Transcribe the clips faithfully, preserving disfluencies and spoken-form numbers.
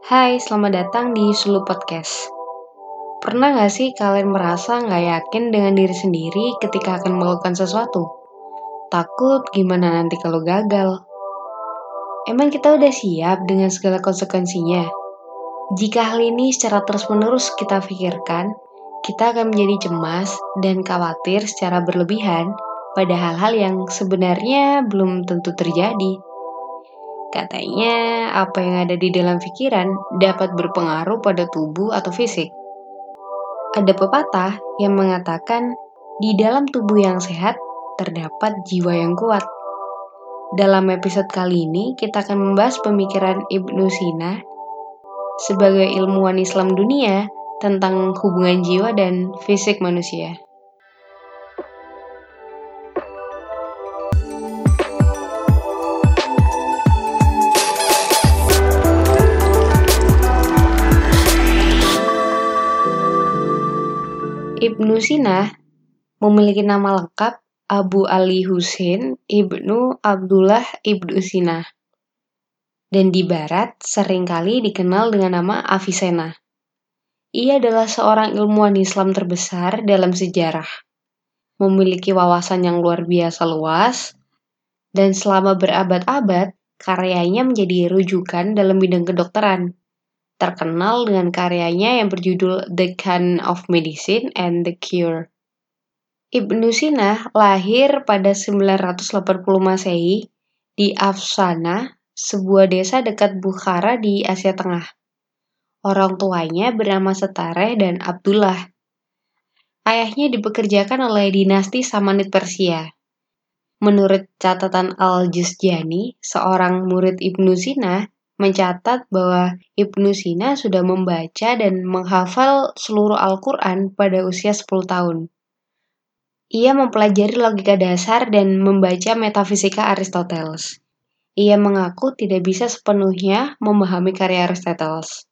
Hai, selamat datang di Sulu Podcast. Pernah gak sih kalian merasa gak yakin dengan diri sendiri ketika akan melakukan sesuatu? Takut gimana nanti kalau gagal? Emang kita udah siap dengan segala konsekuensinya? Jika hal ini secara terus-menerus kita pikirkan, kita akan menjadi cemas dan khawatir secara berlebihan pada hal-hal yang sebenarnya belum tentu terjadi. Katanya, apa yang ada di dalam pikiran dapat berpengaruh pada tubuh atau fisik. Ada pepatah yang mengatakan, di dalam tubuh yang sehat terdapat jiwa yang kuat. Dalam episode kali ini, kita akan membahas pemikiran Ibnu Sina sebagai ilmuwan Islam dunia tentang hubungan jiwa dan fisik manusia. Ibnu Sina memiliki nama lengkap Abu Ali Husain Ibnu Abdullah Ibnu Sina, dan di barat seringkali dikenal dengan nama Avicenna. Ia adalah seorang ilmuwan Islam terbesar dalam sejarah, memiliki wawasan yang luar biasa luas, dan selama berabad-abad, karyanya menjadi rujukan dalam bidang kedokteran. Terkenal dengan karyanya yang berjudul The Canon of Medicine and the Cure. Ibnu Sina lahir pada sembilan ratus delapan puluh Masehi di Afsana, sebuah desa dekat Bukhara di Asia Tengah. Orang tuanya bernama Setareh dan Abdullah. Ayahnya dipekerjakan oleh dinasti Samanid Persia. Menurut catatan Al-Juzjani, seorang murid Ibnu Sina mencatat bahwa Ibnu Sina sudah membaca dan menghafal seluruh Al-Quran pada usia sepuluh tahun. Ia mempelajari logika dasar dan membaca metafisika Aristoteles. Ia mengaku tidak bisa sepenuhnya memahami karya Aristoteles.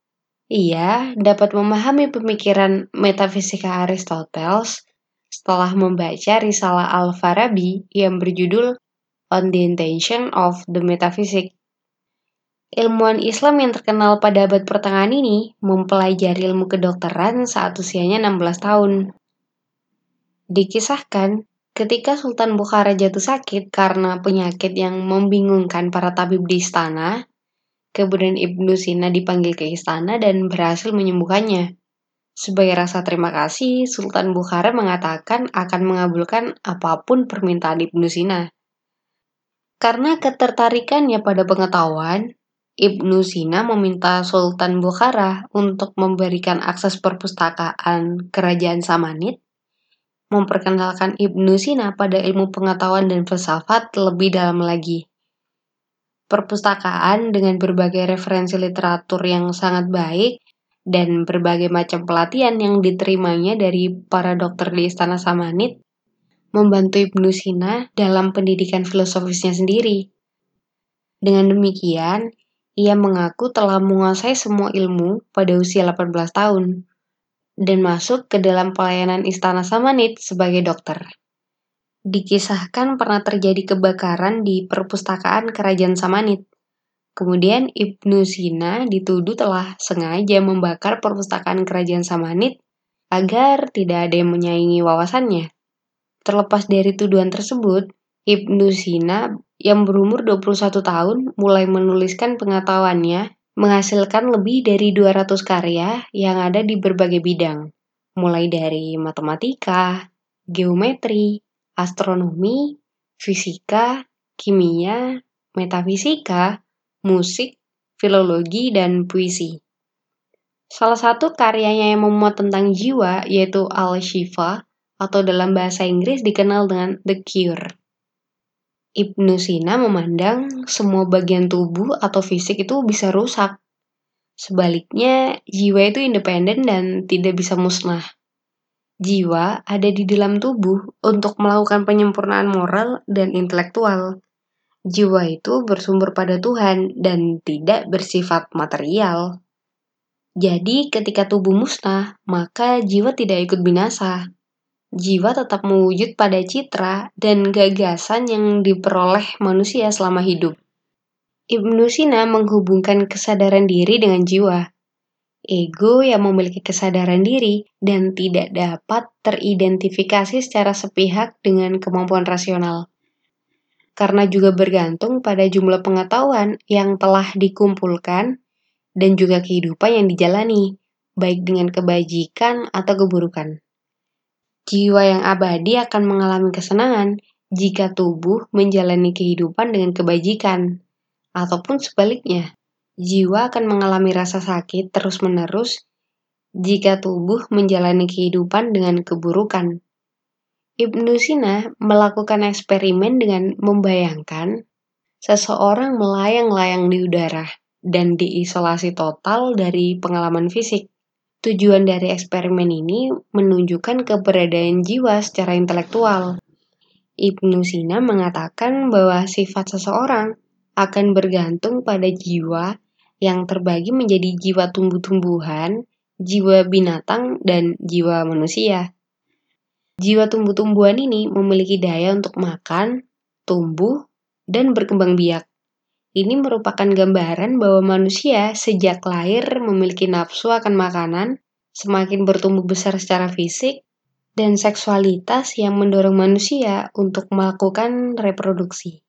Ia dapat memahami pemikiran metafisika Aristoteles setelah membaca risalah Al-Farabi yang berjudul On the Intention of the Metaphysics. Ilmuwan Islam yang terkenal pada abad pertengahan ini mempelajari ilmu kedokteran saat usianya enam belas tahun. Dikisahkan, ketika Sultan Bukhara jatuh sakit karena penyakit yang membingungkan para tabib di istana, kemudian Ibnu Sina dipanggil ke istana dan berhasil menyembuhkannya. Sebagai rasa terima kasih, Sultan Bukhara mengatakan akan mengabulkan apapun permintaan Ibnu Sina. Karena ketertarikannya pada pengetahuan, Ibnu Sina meminta Sultan Bukhara untuk memberikan akses perpustakaan kerajaan Samanid, memperkenalkan Ibnu Sina pada ilmu pengetahuan dan filsafat lebih dalam lagi. Perpustakaan dengan berbagai referensi literatur yang sangat baik dan berbagai macam pelatihan yang diterimanya dari para dokter di istana Samanid membantu Ibnu Sina dalam pendidikan filosofisnya sendiri. Dengan demikian, ia mengaku telah menguasai semua ilmu pada usia delapan belas tahun dan masuk ke dalam pelayanan istana Samanid sebagai dokter. Dikisahkan pernah terjadi kebakaran di perpustakaan kerajaan Samanid. Kemudian Ibnu Sina dituduh telah sengaja membakar perpustakaan kerajaan Samanid agar tidak ada yang menyaingi wawasannya. Terlepas dari tuduhan tersebut, Ibnu Sina yang berumur dua puluh satu tahun mulai menuliskan pengetahuannya, menghasilkan lebih dari dua ratus karya yang ada di berbagai bidang, mulai dari matematika, geometri, astronomi, fisika, kimia, metafisika, musik, filologi, dan puisi. Salah satu karyanya yang memuat tentang jiwa yaitu Al-Shifa, atau dalam bahasa Inggris dikenal dengan The Cure. Ibnu Sina memandang semua bagian tubuh atau fisik itu bisa rusak. Sebaliknya, jiwa itu independen dan tidak bisa musnah. Jiwa ada di dalam tubuh untuk melakukan penyempurnaan moral dan intelektual. Jiwa itu bersumber pada Tuhan dan tidak bersifat material. Jadi, ketika tubuh musnah, maka jiwa tidak ikut binasa. Jiwa tetap mewujud pada citra dan gagasan yang diperoleh manusia selama hidup. Ibnu Sina menghubungkan kesadaran diri dengan jiwa. Ego yang memiliki kesadaran diri dan tidak dapat teridentifikasi secara sepihak dengan kemampuan rasional. Karena juga bergantung pada jumlah pengetahuan yang telah dikumpulkan dan juga kehidupan yang dijalani, baik dengan kebajikan atau keburukan. Jiwa yang abadi akan mengalami kesenangan jika tubuh menjalani kehidupan dengan kebajikan, ataupun sebaliknya. Jiwa akan mengalami rasa sakit terus-menerus jika tubuh menjalani kehidupan dengan keburukan. Ibnu Sina melakukan eksperimen dengan membayangkan seseorang melayang-layang di udara dan diisolasi total dari pengalaman fisik. Tujuan dari eksperimen ini menunjukkan keberadaan jiwa secara intelektual. Ibnu Sina mengatakan bahwa sifat seseorang akan bergantung pada jiwa yang terbagi menjadi jiwa tumbuh-tumbuhan, jiwa binatang, dan jiwa manusia. Jiwa tumbuh-tumbuhan ini memiliki daya untuk makan, tumbuh, dan berkembang biak. Ini merupakan gambaran bahwa manusia sejak lahir memiliki nafsu akan makanan, semakin bertumbuh besar secara fisik, dan seksualitas yang mendorong manusia untuk melakukan reproduksi.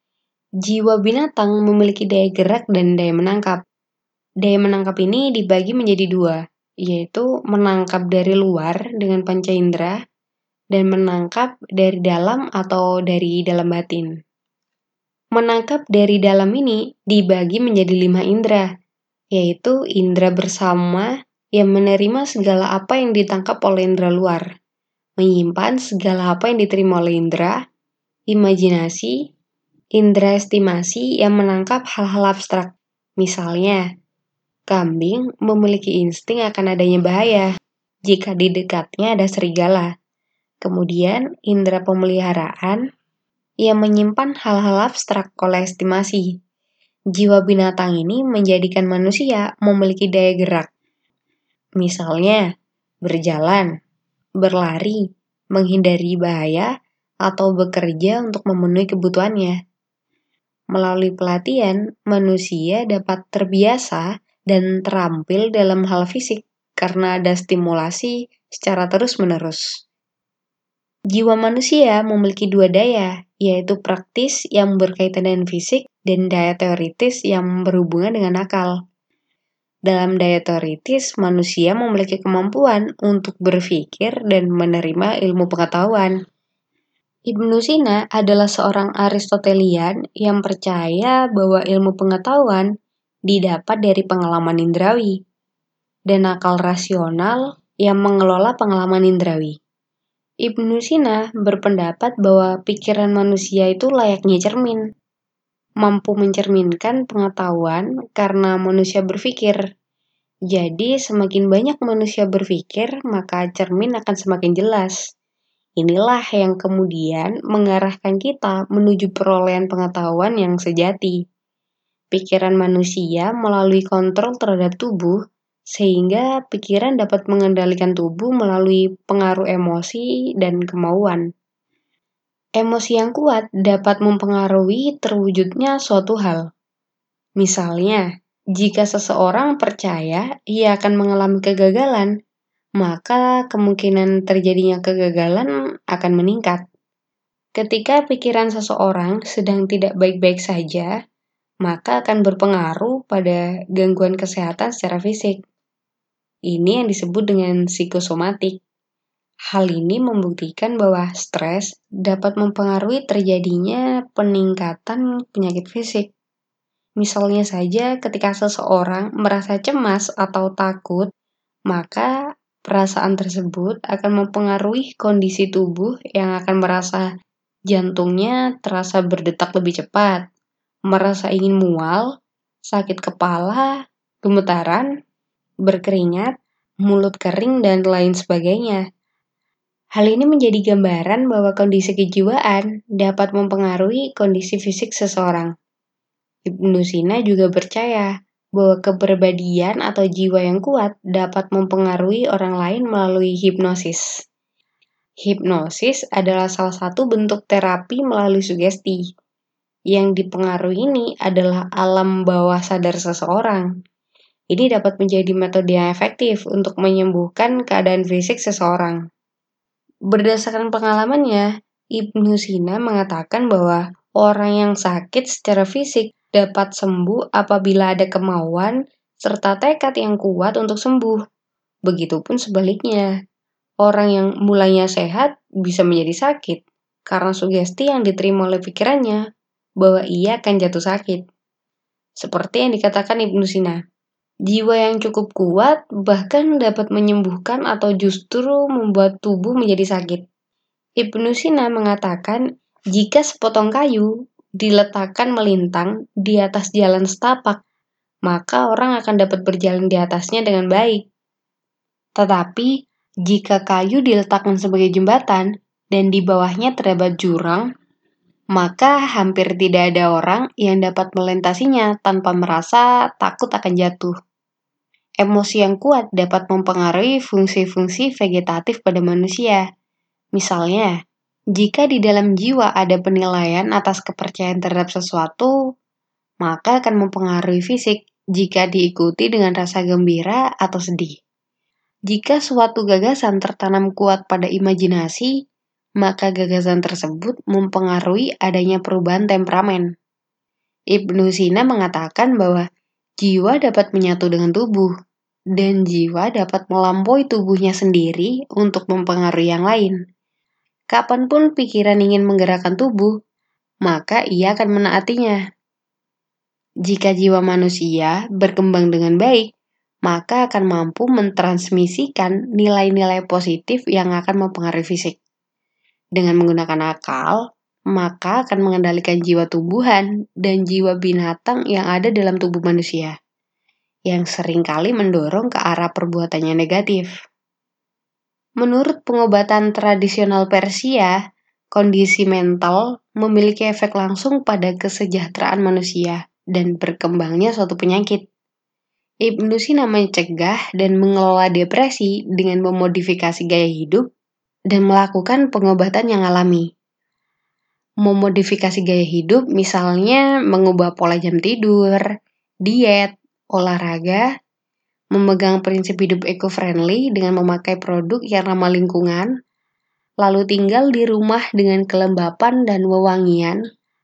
Jiwa binatang memiliki daya gerak dan daya menangkap. Daya menangkap ini dibagi menjadi dua, yaitu menangkap dari luar dengan panca indera dan menangkap dari dalam atau dari dalam batin. Menangkap dari dalam ini dibagi menjadi lima indera, yaitu indera bersama yang menerima segala apa yang ditangkap oleh indera luar, menyimpan segala apa yang diterima oleh indera, imajinasi, indera estimasi yang menangkap hal-hal abstrak. Misalnya, kambing memiliki insting akan adanya bahaya jika di dekatnya ada serigala. Kemudian, indera pemeliharaan yang menyimpan hal-hal abstrak oleh estimasi. Jiwa binatang ini menjadikan manusia memiliki daya gerak. Misalnya, berjalan, berlari, menghindari bahaya, atau bekerja untuk memenuhi kebutuhannya. Melalui pelatihan, manusia dapat terbiasa dan terampil dalam hal fisik karena ada stimulasi secara terus-menerus. Jiwa manusia memiliki dua daya, yaitu praktis yang berkaitan dengan fisik dan daya teoritis yang berhubungan dengan akal. Dalam daya teoritis, manusia memiliki kemampuan untuk berpikir dan menerima ilmu pengetahuan. Ibnu Sina adalah seorang Aristotelian yang percaya bahwa ilmu pengetahuan didapat dari pengalaman indrawi dan akal rasional yang mengelola pengalaman indrawi. Ibnu Sina berpendapat bahwa pikiran manusia itu layaknya cermin, mampu mencerminkan pengetahuan karena manusia berpikir. Jadi, semakin banyak manusia berpikir, maka cermin akan semakin jelas. Inilah yang kemudian mengarahkan kita menuju perolehan pengetahuan yang sejati. Pikiran manusia melalui kontrol terhadap tubuh, sehingga pikiran dapat mengendalikan tubuh melalui pengaruh emosi dan kemauan. Emosi yang kuat dapat mempengaruhi terwujudnya suatu hal. Misalnya, jika seseorang percaya ia akan mengalami kegagalan, maka kemungkinan terjadinya kegagalan akan meningkat. Ketika pikiran seseorang sedang tidak baik-baik saja, maka akan berpengaruh pada gangguan kesehatan secara fisik. Ini yang disebut dengan psikosomatik. Hal ini membuktikan bahwa stres dapat mempengaruhi terjadinya peningkatan penyakit fisik. Misalnya saja ketika seseorang merasa cemas atau takut, maka perasaan tersebut akan mempengaruhi kondisi tubuh yang akan merasa jantungnya terasa berdetak lebih cepat, merasa ingin mual, sakit kepala, gemetaran, berkeringat, mulut kering, dan lain sebagainya. Hal ini menjadi gambaran bahwa kondisi kejiwaan dapat mempengaruhi kondisi fisik seseorang. Ibnu Sina juga percaya bahwa kepribadian atau jiwa yang kuat dapat mempengaruhi orang lain melalui hipnosis. Hipnosis adalah salah satu bentuk terapi melalui sugesti, yang dipengaruhi ini adalah alam bawah sadar seseorang. Ini dapat menjadi metode yang efektif untuk menyembuhkan keadaan fisik seseorang. Berdasarkan pengalamannya, Ibnu Sina mengatakan bahwa orang yang sakit secara fisik dapat sembuh apabila ada kemauan serta tekad yang kuat untuk sembuh. Begitupun sebaliknya, orang yang mulanya sehat bisa menjadi sakit karena sugesti yang diterima oleh pikirannya bahwa ia akan jatuh sakit. Seperti yang dikatakan Ibnu Sina, jiwa yang cukup kuat bahkan dapat menyembuhkan atau justru membuat tubuh menjadi sakit. Ibnu Sina mengatakan, jika sepotong kayu diletakkan melintang di atas jalan setapak, maka orang akan dapat berjalan di atasnya dengan baik. Tetapi, jika kayu diletakkan sebagai jembatan dan di bawahnya terdapat jurang, maka hampir tidak ada orang yang dapat melintasinya tanpa merasa takut akan jatuh. Emosi yang kuat dapat mempengaruhi fungsi-fungsi vegetatif pada manusia. Misalnya, jika di dalam jiwa ada penilaian atas kepercayaan terhadap sesuatu, maka akan mempengaruhi fisik jika diikuti dengan rasa gembira atau sedih. Jika suatu gagasan tertanam kuat pada imajinasi, maka gagasan tersebut mempengaruhi adanya perubahan temperamen. Ibnu Sina mengatakan bahwa jiwa dapat menyatu dengan tubuh, dan jiwa dapat melampaui tubuhnya sendiri untuk mempengaruhi yang lain. Kapanpun pikiran ingin menggerakkan tubuh, maka ia akan menaatinya. Jika jiwa manusia berkembang dengan baik, maka akan mampu mentransmisikan nilai-nilai positif yang akan mempengaruhi fisik. Dengan menggunakan akal, maka akan mengendalikan jiwa tumbuhan dan jiwa binatang yang ada dalam tubuh manusia, yang seringkali mendorong ke arah perbuatannya negatif. Menurut pengobatan tradisional Persia, kondisi mental memiliki efek langsung pada kesejahteraan manusia dan berkembangnya suatu penyakit. Ibnu Sina mencegah dan mengelola depresi dengan memodifikasi gaya hidup dan melakukan pengobatan yang alami. Memodifikasi gaya hidup misalnya mengubah pola jam tidur, diet, olahraga, memegang prinsip hidup eco-friendly dengan memakai produk yang ramah lingkungan, lalu tinggal di rumah dengan kelembapan dan wewangian,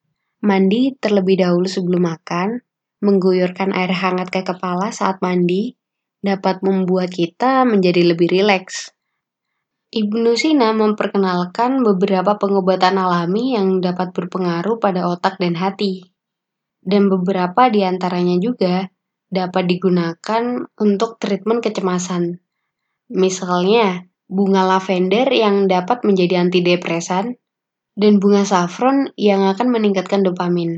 mandi terlebih dahulu sebelum makan, mengguyurkan air hangat ke kepala saat mandi, dapat membuat kita menjadi lebih rileks. Ibnu Sina memperkenalkan beberapa pengobatan alami yang dapat berpengaruh pada otak dan hati, dan beberapa di antaranya juga dapat digunakan untuk treatment kecemasan. Misalnya, bunga lavender yang dapat menjadi antidepresan, dan bunga saffron yang akan meningkatkan dopamin.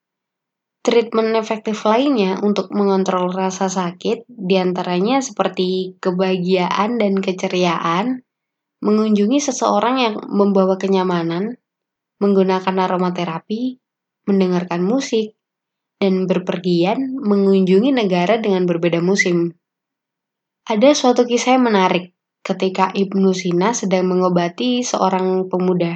Treatment efektif lainnya untuk mengontrol rasa sakit, diantaranya seperti kebahagiaan dan keceriaan, mengunjungi seseorang yang membawa kenyamanan, menggunakan aromaterapi, mendengarkan musik, dan berpergian mengunjungi negara dengan berbeda musim. Ada suatu kisah yang menarik ketika Ibnu Sina sedang mengobati seorang pemuda.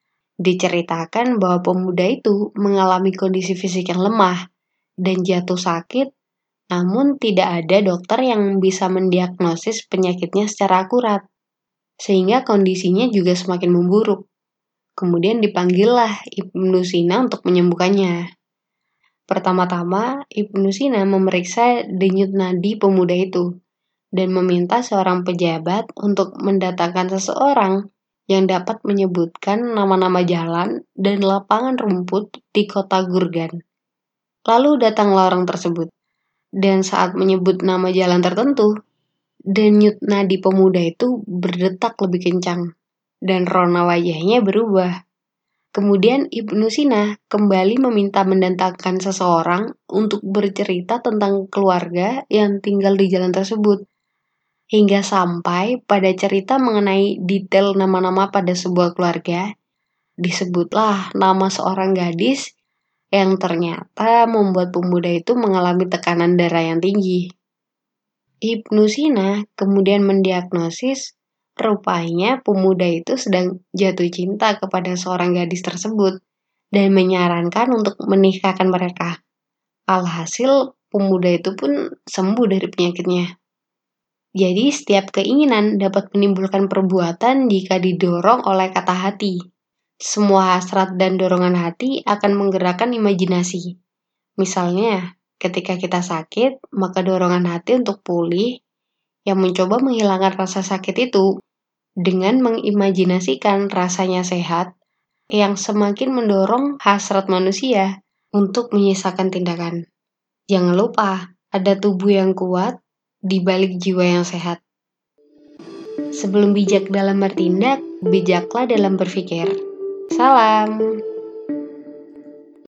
Diceritakan bahwa pemuda itu mengalami kondisi fisik yang lemah dan jatuh sakit, namun tidak ada dokter yang bisa mendiagnosis penyakitnya secara akurat, sehingga kondisinya juga semakin memburuk. Kemudian dipanggillah Ibnu Sina untuk menyembuhkannya. Pertama-tama, Ibnu Sina memeriksa denyut nadi pemuda itu dan meminta seorang pejabat untuk mendatangkan seseorang yang dapat menyebutkan nama-nama jalan dan lapangan rumput di kota Gurgan. Lalu datanglah orang tersebut, dan saat menyebut nama jalan tertentu, denyut nadi pemuda itu berdetak lebih kencang, dan rona wajahnya berubah. Kemudian Ibnu Sina kembali meminta mendatangkan seseorang untuk bercerita tentang keluarga yang tinggal di jalan tersebut, hingga sampai pada cerita mengenai detail nama-nama pada sebuah keluarga. Disebutlah nama seorang gadis yang ternyata membuat pemuda itu mengalami tekanan darah yang tinggi. Ibnu Sina kemudian mendiagnosis rupanya pemuda itu sedang jatuh cinta kepada seorang gadis tersebut dan menyarankan untuk menikahkan mereka. Alhasil, pemuda itu pun sembuh dari penyakitnya. Jadi, setiap keinginan dapat menimbulkan perbuatan jika didorong oleh kata hati. Semua hasrat dan dorongan hati akan menggerakkan imajinasi. Misalnya, ketika kita sakit, maka dorongan hati untuk pulih yang mencoba menghilangkan rasa sakit itu dengan mengimajinasikan rasanya sehat yang semakin mendorong hasrat manusia untuk menyisakan tindakan. Jangan lupa, ada tubuh yang kuat di balik jiwa yang sehat. Sebelum bijak dalam bertindak, bijaklah dalam berpikir. Salam.